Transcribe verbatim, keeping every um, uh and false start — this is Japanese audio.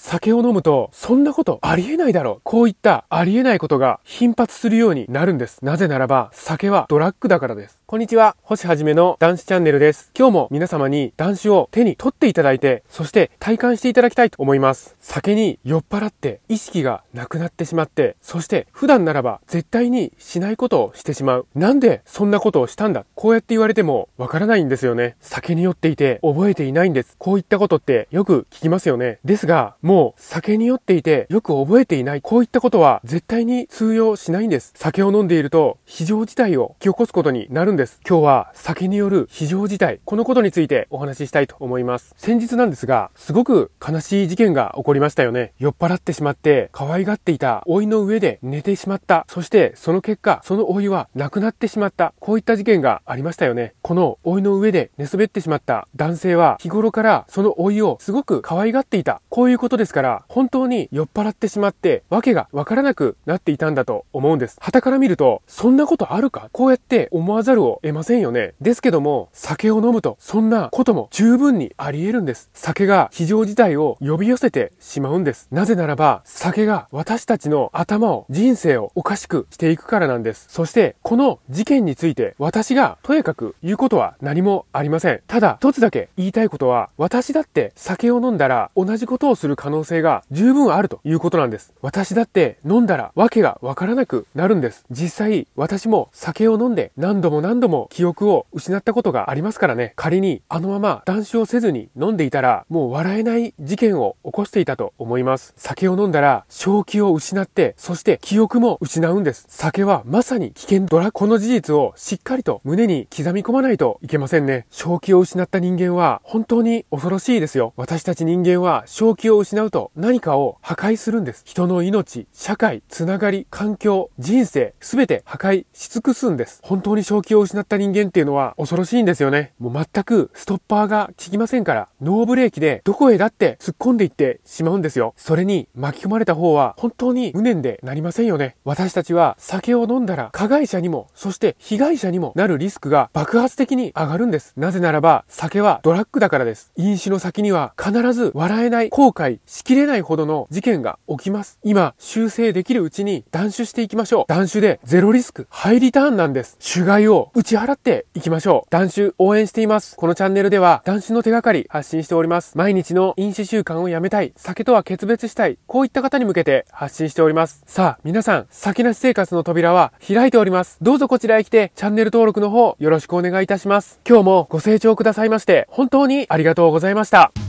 酒を飲むと、そんなことありえないだろう。こういったありえないことが頻発するようになるんです。なぜならば、酒はドラッグだからです。こんにちは、星はじめの男子チャンネルです。今日も皆様に男子を手に取っていただいて、そして体感していただきたいと思います。酒に酔っ払って意識がなくなってしまって、そして普段ならば絶対にしないことをしてしまう。なんでそんなことをしたんだ、こうやって言われてもわからないんですよね。酒に酔っていて覚えていないんです。こういったことってよく聞きますよね。ですが、もう酒に酔っていてよく覚えていない、こういったことは絶対に通用しないんです。酒を飲んでいると非常事態を引き起こすことになるんです。今日は酒による非常事態、このことについてお話ししたいと思います。先日なんですが、すごく悲しい事件が起こりましたよね。酔っ払ってしまって可愛がっていた甥の上で寝てしまった。そしてその結果、その甥は亡くなってしまった。こういった事件がありましたよね。この甥の上で寝そべってしまった男性は日頃からその甥をすごく可愛がっていた。こういうことですから、本当に酔っ払ってしまってわけがわからなくなっていたんだと思うんです。傍から見ると、そんなことあるか、こうやって思わざるを得ませんよね。ですけども、酒を飲むとそんなことも十分にあり得るんです。酒が非常事態を呼び寄せてしまうんです。なぜならば、酒が私たちの頭を、人生をおかしくしていくからなんです。そしてこの事件について私がとやかく言うことは何もありません。ただ一つだけ言いたいことは、私だって酒を飲んだら同じことをする可能性が十分あるということなんです。私だって飲んだらわけがわからなくなるんです。実際私も酒を飲んで何度も何度も記憶を失ったことがありますからね。仮にあのまま断酒をせずに飲んでいたら、もう笑えない事件を起こしていたと思います。酒を飲んだら正気を失って、そして記憶も失うんです。酒はまさに危険ドラッグ。この事実をしっかりと胸に刻み込まないといけませんね。正気を失った人間は本当に恐ろしいですよ。私たち人間は正気を失うと何かを破壊するんです。人の命、社会、つながり、環境、人生、すべて破壊し尽くすんです。本当に正気を失った人間っていうのは恐ろしいんですよね。もう全くストッパーが効きませんから、ノーブレーキでどこへだって突っ込んでいってしまうんですよ。それに巻き込まれた方は本当に無念でなりませんよね。私たちは酒を飲んだら加害者にも、そして被害者にもなるリスクが爆発的に上がるんです。なぜならば、酒はドラッグだからです。飲酒の先には必ず笑えない、後悔しきれないほどの事件が起きます。今修正できるうちに断酒していきましょう。断酒でゼロリスク、ハイリターンなんです。酒害を打ち払っていきましょう。断酒応援しています。このチャンネルでは断酒の手がかり発信しております。毎日の飲酒習慣をやめたい、酒とは決別したい、こういった方に向けて発信しております。さあ皆さん、酒なし生活の扉は開いております。どうぞこちらへ来てチャンネル登録の方よろしくお願いいたします。今日もご清聴くださいまして本当にありがとうございました。